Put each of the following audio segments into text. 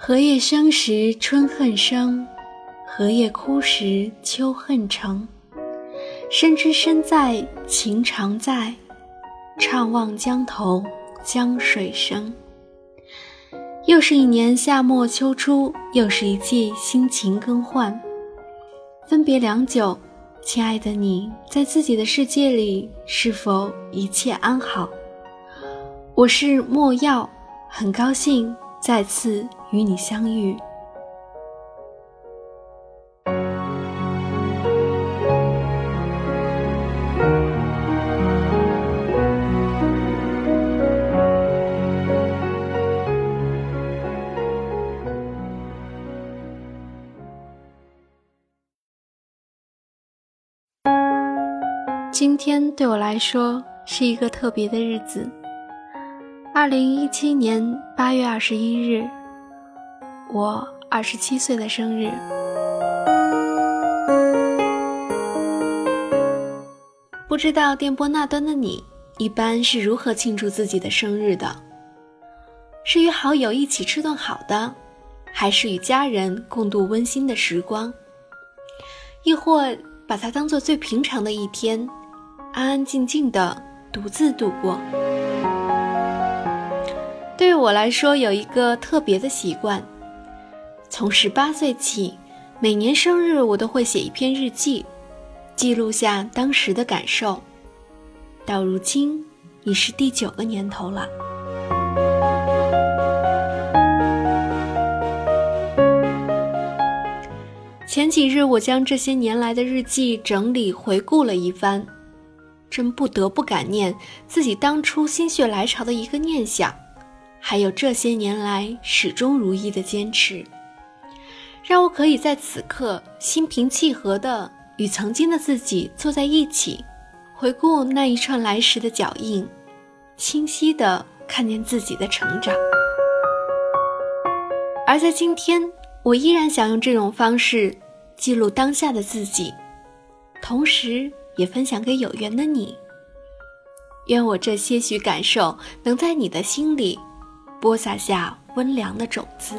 荷叶生时春恨生，荷叶枯时秋恨成。身之身在，情常在，怅望江头江水声。又是一年夏末秋初，又是一季心情更换。分别良久，亲爱的你，在自己的世界里是否一切安好？我是莫耀，很高兴再次与你相遇。今天对我来说是一个特别的日子。2017年8月21日，我27岁的生日。不知道电波那端的你，一般是如何庆祝自己的生日的？是与好友一起吃顿好的，还是与家人共度温馨的时光？亦或把它当作最平常的一天，安安静静地独自度过？对于我来说，有一个特别的习惯，从18岁起，每年生日我都会写一篇日记，记录下当时的感受。到如今已是第9个年头了。前几日我将这些年来的日记整理回顾了一番，真不得不感念自己当初心血来潮的一个念想，还有这些年来始终如一的坚持，让我可以在此刻心平气和地与曾经的自己坐在一起，回顾那一串来时的脚印，清晰地看见自己的成长。而在今天，我依然想用这种方式记录当下的自己，同时也分享给有缘的你。愿我这些许感受能在你的心里播撒下温凉的种子。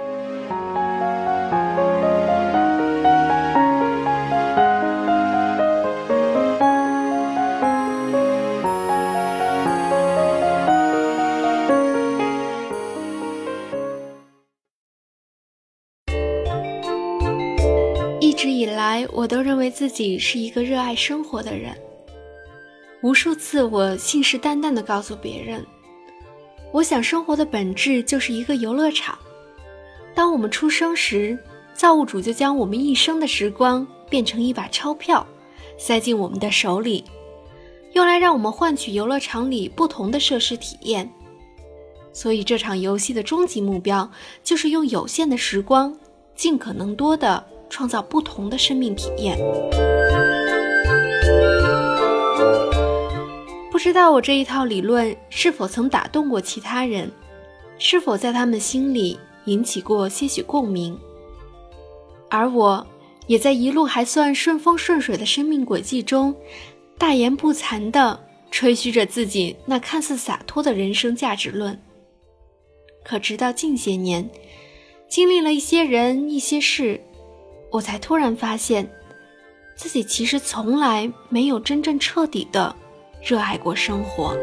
一直以来，我都认为自己是一个热爱生活的人。无数次我信誓旦旦地告诉别人，我想生活的本质就是一个游乐场。当我们出生时，造物主就将我们一生的时光变成一把钞票，塞进我们的手里，用来让我们换取游乐场里不同的设施体验。所以这场游戏的终极目标就是用有限的时光，尽可能多地创造不同的生命体验。不知道我这一套理论是否曾打动过其他人，是否在他们心里引起过些许共鸣。而我也在一路还算顺风顺水的生命轨迹中，大言不惭地吹嘘着自己那看似洒脱的人生价值论。可直到近些年，经历了一些人一些事，我才突然发现，自己其实从来没有真正彻底地热爱过生活。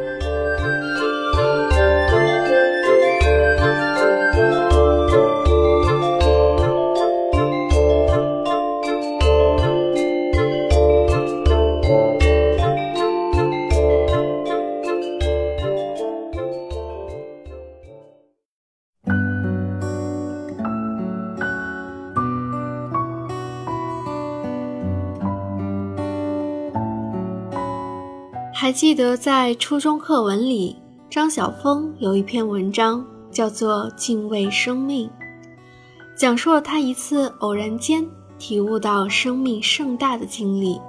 还记得在初中课文里，张晓峰有一篇文章叫做《敬畏生命》，讲述了他一次偶然间体悟到生命盛大的经历。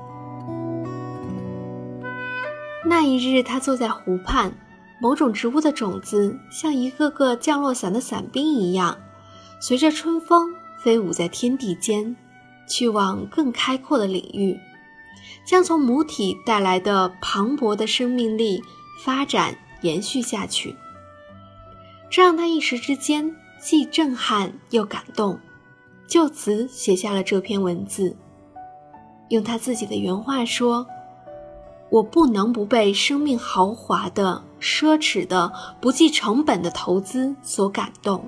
那一日，他坐在湖畔，某种植物的种子像一个个降落伞的伞兵一样，随着春风飞舞在天地间，去往更开阔的领域，将从母体带来的磅礴的生命力发展延续下去。这让他一时之间既震撼又感动，就此写下了这篇文字。用他自己的原话说，我不能不被生命豪华的、奢侈的、不计成本的投资所感动。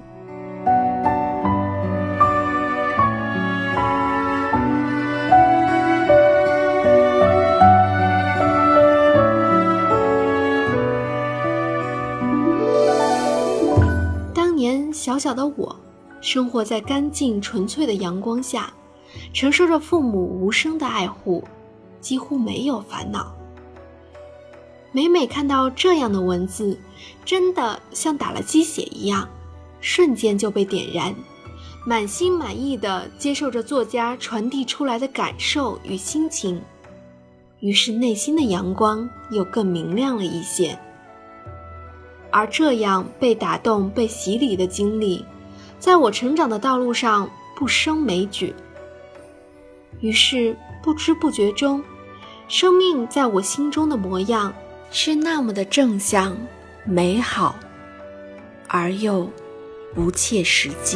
当年小小的我，生活在干净纯粹的阳光下，承受着父母无声的爱护，几乎没有烦恼。每每看到这样的文字，真的像打了鸡血一样，瞬间就被点燃，满心满意地接受着作家传递出来的感受与心情，于是内心的阳光又更明亮了一些。而这样被打动、被洗礼的经历，在我成长的道路上不胜枚举。于是不知不觉中，生命在我心中的模样是那么的正向、美好，而又不切实际。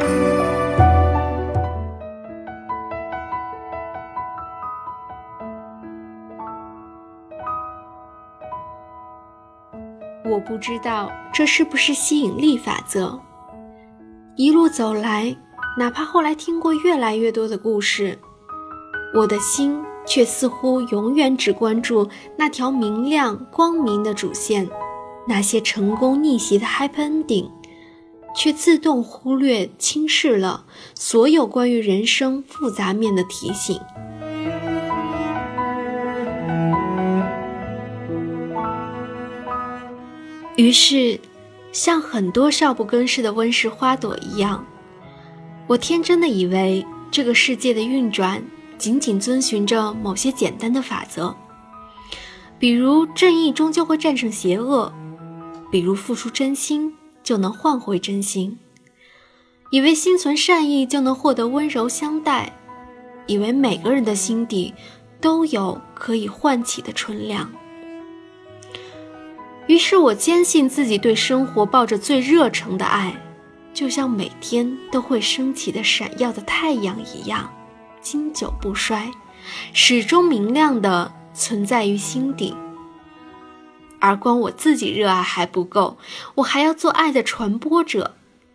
我不知道这是不是吸引力法则。一路走来，哪怕后来听过越来越多的故事，我的心却似乎永远只关注那条明亮光明的主线，那些成功逆袭的 happy ending， 却自动忽略轻视了所有关于人生复杂面的提醒。于是像很多少不更事的温室花朵一样，我天真的以为这个世界的运转仅仅遵循着某些简单的法则，比如正义终究会战胜邪恶，比如付出真心就能换回真心，以为心存善意就能获得温柔相待，以为每个人的心底都有可以唤起的纯良。于是我坚信自己对生活抱着最热诚的爱，就像每天都会升起的闪耀的太阳一样，经久不衰，始终明亮地存在于心底。而光我自己热爱还不够，我还要做爱的传播者，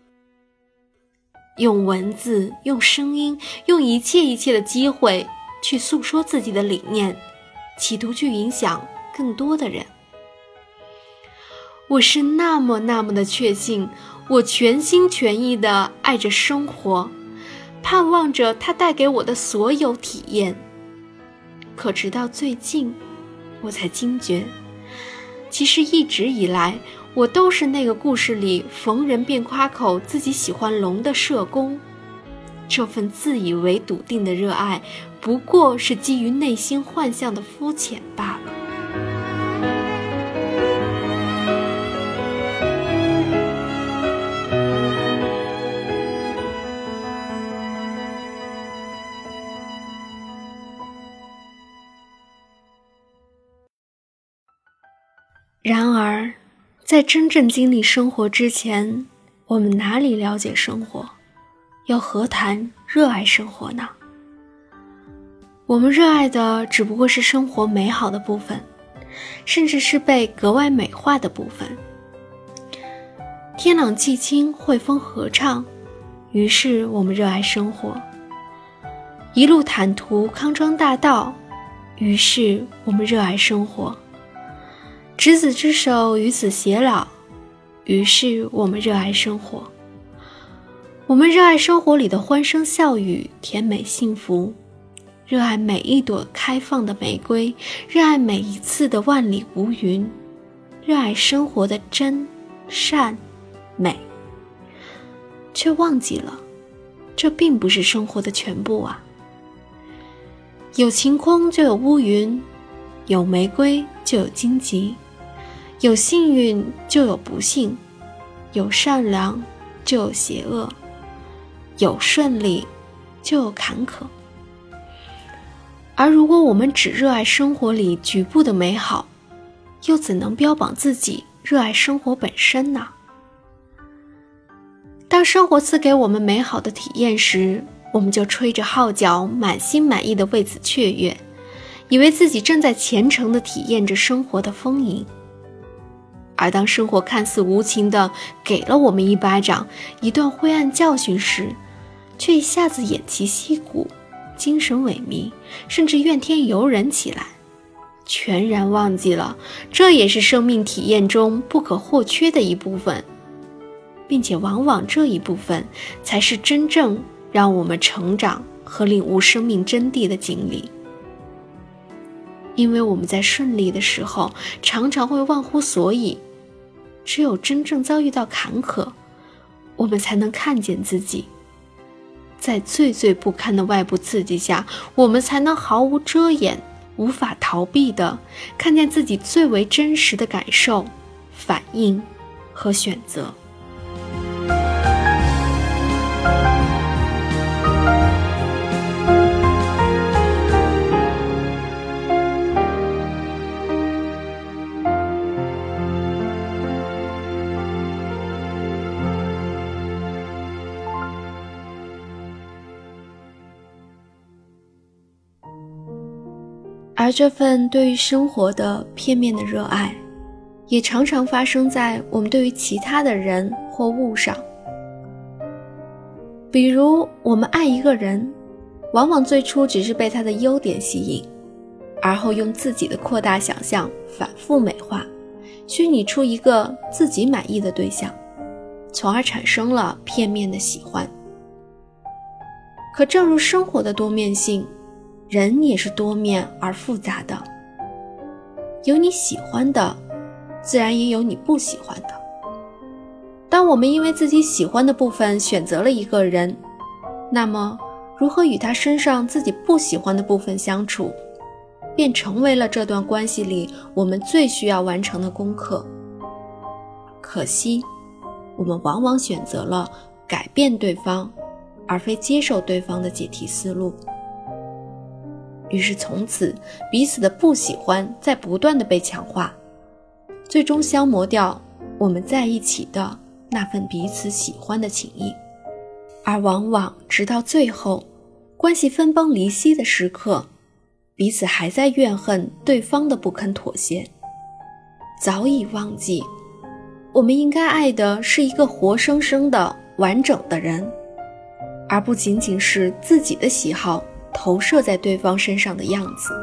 用文字，用声音，用一切的机会去诉说自己的理念，企图去影响更多的人。我是那么的确信，我全心全意地爱着生活，盼望着它带给我的所有体验。可直到最近，我才惊觉，其实一直以来，我都是那个故事里逢人便夸口自己喜欢龙的社工。这份自以为笃定的热爱，不过是基于内心幻象的肤浅罢了。然而，在真正经历生活之前，我们哪里了解生活？又何谈热爱生活呢？我们热爱的只不过是生活美好的部分，甚至是被格外美化的部分。天朗气清，汇风合畅，于是我们热爱生活。一路坦途，康庄大道，于是我们热爱生活。执子之手，与子偕老，于是我们热爱生活。我们热爱生活里的欢声笑语，甜美幸福，热爱每一朵开放的玫瑰，热爱每一次的万里无云，热爱生活的真、善、美，却忘记了，这并不是生活的全部啊。有晴空就有乌云，有玫瑰就有荆棘，有幸运就有不幸，有善良就有邪恶，有顺利就有坎坷。而如果我们只热爱生活里局部的美好，又怎能标榜自己热爱生活本身呢？ 当生活赐给我们美好的体验时，我们就吹着号角，满心满意地为此雀跃，以为自己正在虔诚地体验着生活的丰盈。而当生活看似无情地给了我们一巴掌，一段灰暗教训时，却一下子偃旗息鼓，精神萎靡，甚至怨天尤人起来，全然忘记了这也是生命体验中不可或缺的一部分，并且往往这一部分才是真正让我们成长和领悟生命真谛的经历。因为我们在顺利的时候常常会忘乎所以，只有真正遭遇到坎坷，我们才能看见自己。在最最不堪的外部刺激下，我们才能毫无遮掩，无法逃避地看见自己最为真实的感受、反应和选择。而这份对于生活的片面的热爱，也常常发生在我们对于其他的人或物上。比如我们爱一个人，往往最初只是被他的优点吸引，而后用自己的扩大想象反复美化，虚拟出一个自己满意的对象，从而产生了片面的喜欢。可正如生活的多面性，人也是多面而复杂的，有你喜欢的，自然也有你不喜欢的。当我们因为自己喜欢的部分选择了一个人，那么如何与他身上自己不喜欢的部分相处，便成为了这段关系里我们最需要完成的功课。可惜，我们往往选择了改变对方，而非接受对方的解题思路。于是从此，彼此的不喜欢在不断地被强化，最终消磨掉我们在一起的那份彼此喜欢的情谊。而往往直到最后，关系分崩离析的时刻，彼此还在怨恨对方的不肯妥协，早已忘记我们应该爱的是一个活生生的完整的人，而不仅仅是自己的喜好投射在对方身上的样子。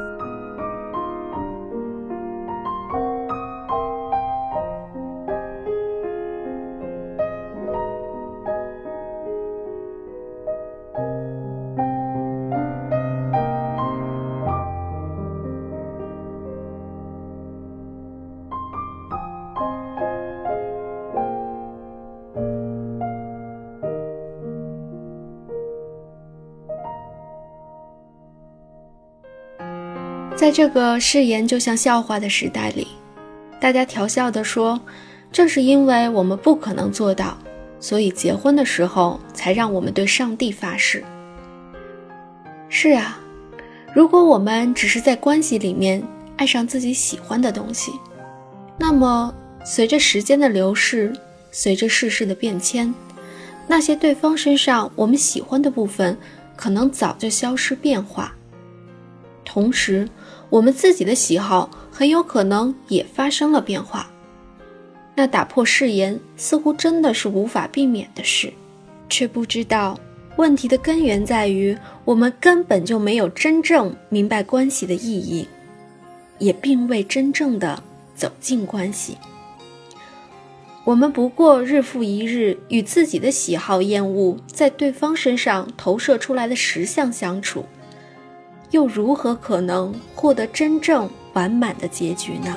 在这个誓言就像笑话的时代里，大家调笑地说，正是因为我们不可能做到，所以结婚的时候才让我们对上帝发誓。是啊，如果我们只是在关系里面爱上自己喜欢的东西，那么随着时间的流逝，随着世事的变迁，那些对方身上我们喜欢的部分可能早就消失变化。同时，我们自己的喜好很有可能也发生了变化。那打破誓言似乎真的是无法避免的事，却不知道问题的根源在于我们根本就没有真正明白关系的意义，也并未真正的走进关系。我们不过日复一日与自己的喜好厌恶在对方身上投射出来的实相相处，又如何可能获得真正完满的结局呢？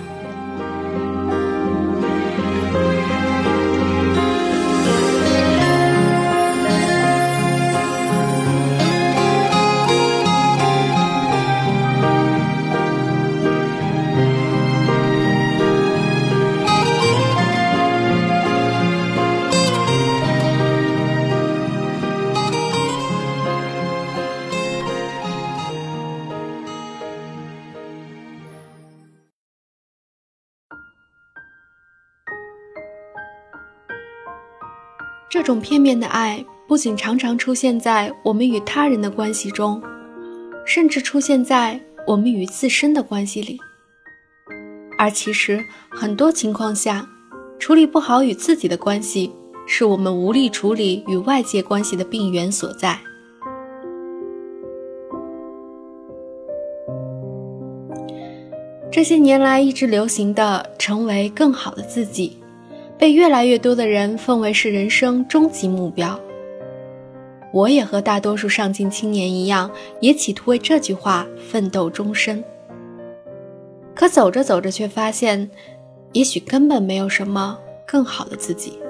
这种片面的爱不仅常常出现在我们与他人的关系中，甚至出现在我们与自身的关系里。而其实很多情况下，处理不好与自己的关系，是我们无力处理与外界关系的病源所在。这些年来一直流行的成为更好的自己，被越来越多的人奉为是人生终极目标。我也和大多数上进青年一样，也企图为这句话奋斗终身。可走着走着却发现，也许根本没有什么更好的自己。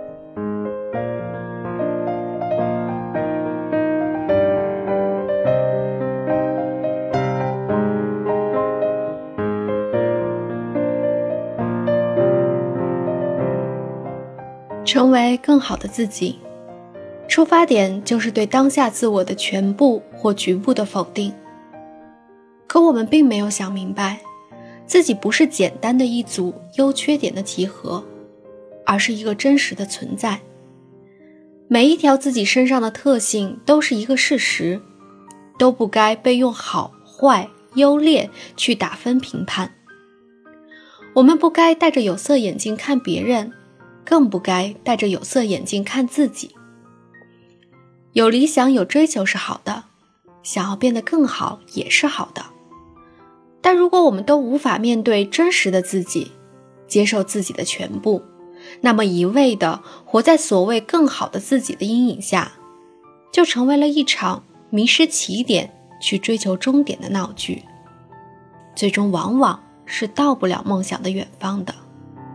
成为更好的自己，出发点就是对当下自我的全部或局部的否定。可我们并没有想明白，自己不是简单的一组优缺点的集合，而是一个真实的存在。每一条自己身上的特性都是一个事实，都不该被用好坏优劣去打分评判。我们不该戴着有色眼镜看别人，更不该戴着有色眼镜看自己。有理想有追求是好的，想要变得更好也是好的。但如果我们都无法面对真实的自己，接受自己的全部，那么一味地活在所谓更好的自己的阴影下，就成为了一场迷失起点去追求终点的闹剧，最终往往是到不了梦想的远方的。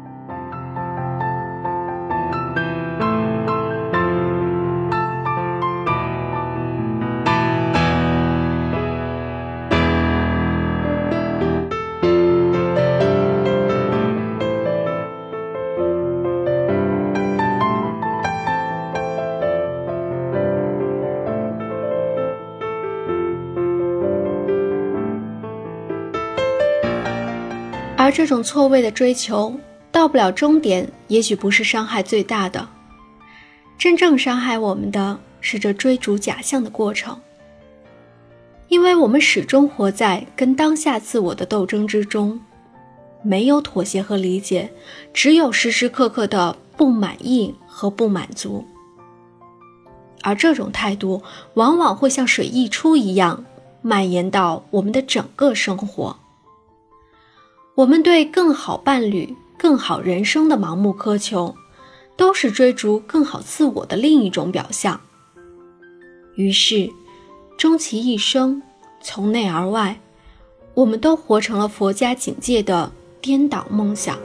而这种错位的追求，到不了终点，也许不是伤害最大的。真正伤害我们的是这追逐假象的过程，因为我们始终活在跟当下自我的斗争之中，没有妥协和理解，只有时时刻刻的不满意和不满足。而这种态度往往会像水溢出一样，蔓延到我们的整个生活。我们对更好伴侣、更好人生的盲目苛求，都是追逐更好自我的另一种表象。于是，终其一生，从内而外，我们都活成了佛家警戒的颠倒梦想。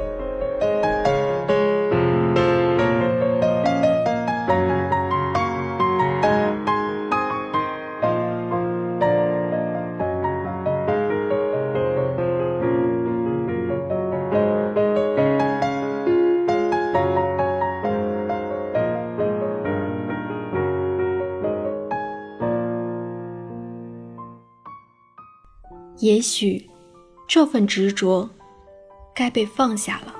也许这份执着该被放下了。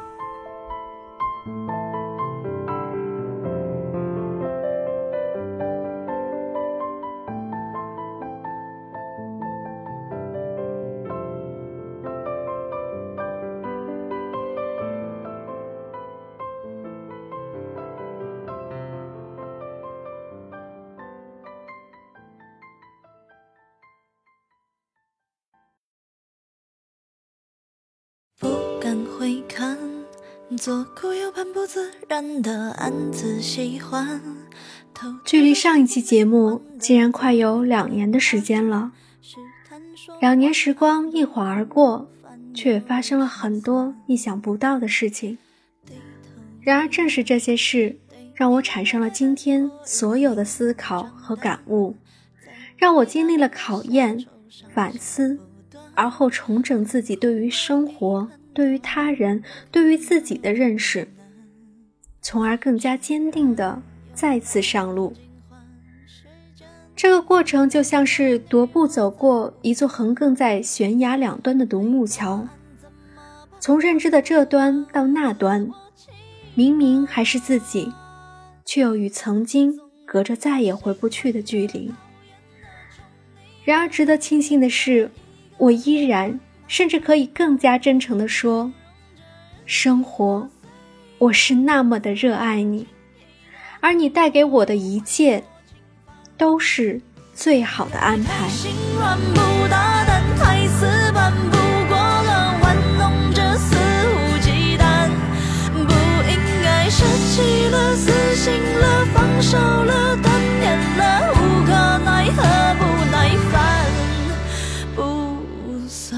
会看，左顾右盼不自然的暗自喜欢。 距离上一期节目竟然快有2年的时间了，2年时光一晃而过，却发生了很多意想不到的事情。然而正是这些事，让我产生了今天所有的思考和感悟，让我经历了考验、反思，而后重整自己对于生活、对于他人、对于自己的认识，从而更加坚定地再次上路。这个过程就像是踱步走过一座横亘在悬崖两端的独木桥，从认知的这端到那端，明明还是自己， 却又与曾经隔着再也回不去的距离。然而值得庆幸的是，我依然甚至可以更加真诚地说，生活，我是那么的热爱你，而你带给我的一切都是最好的安排。 心软不大胆，太死板不过了，玩弄着肆无忌惮，不应该舍弃了，死心了，放手了，断念了，无可奈何，不耐烦，不算。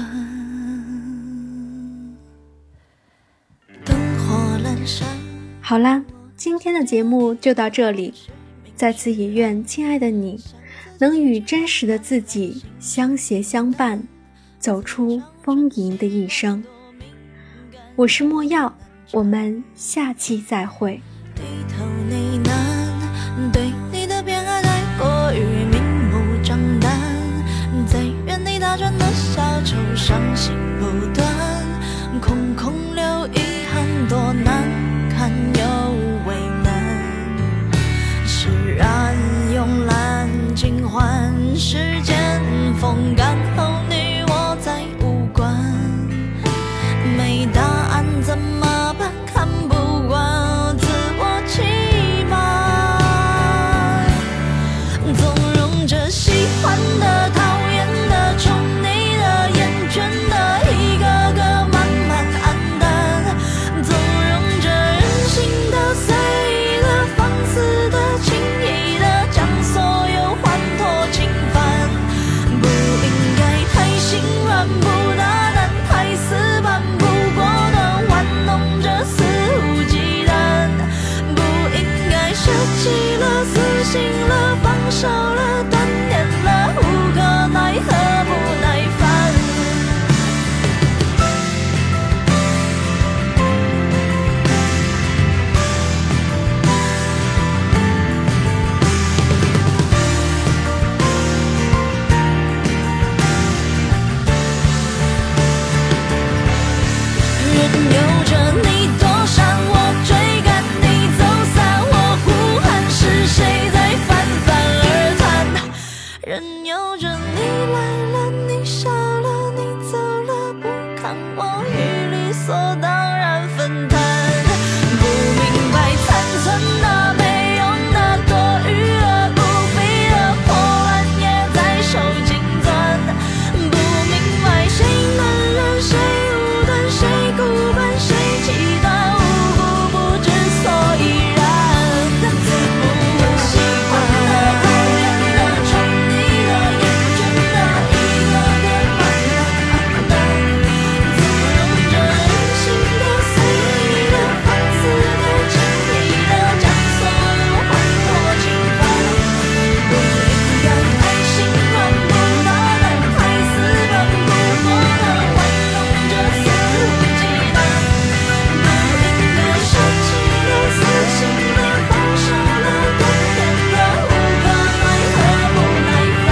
灯火阑珊。 好啦，今天的节目就到这里，在此也愿亲爱的你能与真实的自己相携相伴，走出丰盈的一生。我是莫耀，我们下期再会。 低头呢喃，对你的偏爱太过于明目张胆，在原地打转的小丑，伤心不断，空空留遗憾，多难看又为难，释然慵懒尽欢，时间风干后你我再无关，没答案怎么办？看不惯自我欺瞒，纵容着喜欢的、讨厌的、宠你的、厌倦的，一个个慢慢黯淡，纵容着任性的、随意的、放肆的、轻易的，将所有欢脱侵犯，不应该太心软，不大胆，太死板，不果断，玩弄着肆无忌惮，不应该舍弃了，死心了，放手了，断念了，无可奈何，不耐烦。任由着你躲闪，我追赶你走散，我呼喊是谁在泛泛而谈，任由着你来了，你笑了，你走了，不看我与理所当然分摊，不明白残存的、没用的、多余的、不必的破烂也在手紧攥，不明白谁暖人，谁无端，谁孤单，谁期待，无故不知所以然，不喜欢的、讨厌的、宠你的、厌倦的，一个个慢慢黯淡，纵容着任性的、随意的、放肆的、轻易的，将所有欢脱侵犯，不应该太心软，不大胆，太死板，不果断，玩弄着肆无忌惮，不应该舍弃了，死心了，放手了，断念了，无可奈何，不耐烦。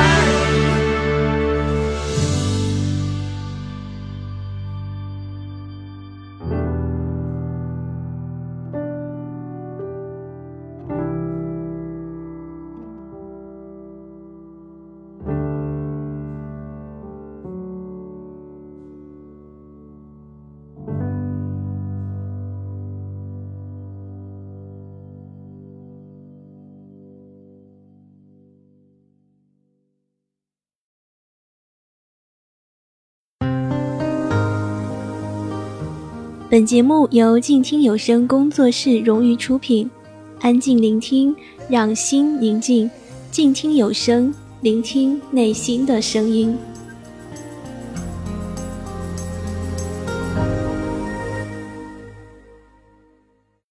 本节目由静听有声工作室荣誉出品，安静聆听，让心宁静，静听有声，聆听内心的声音。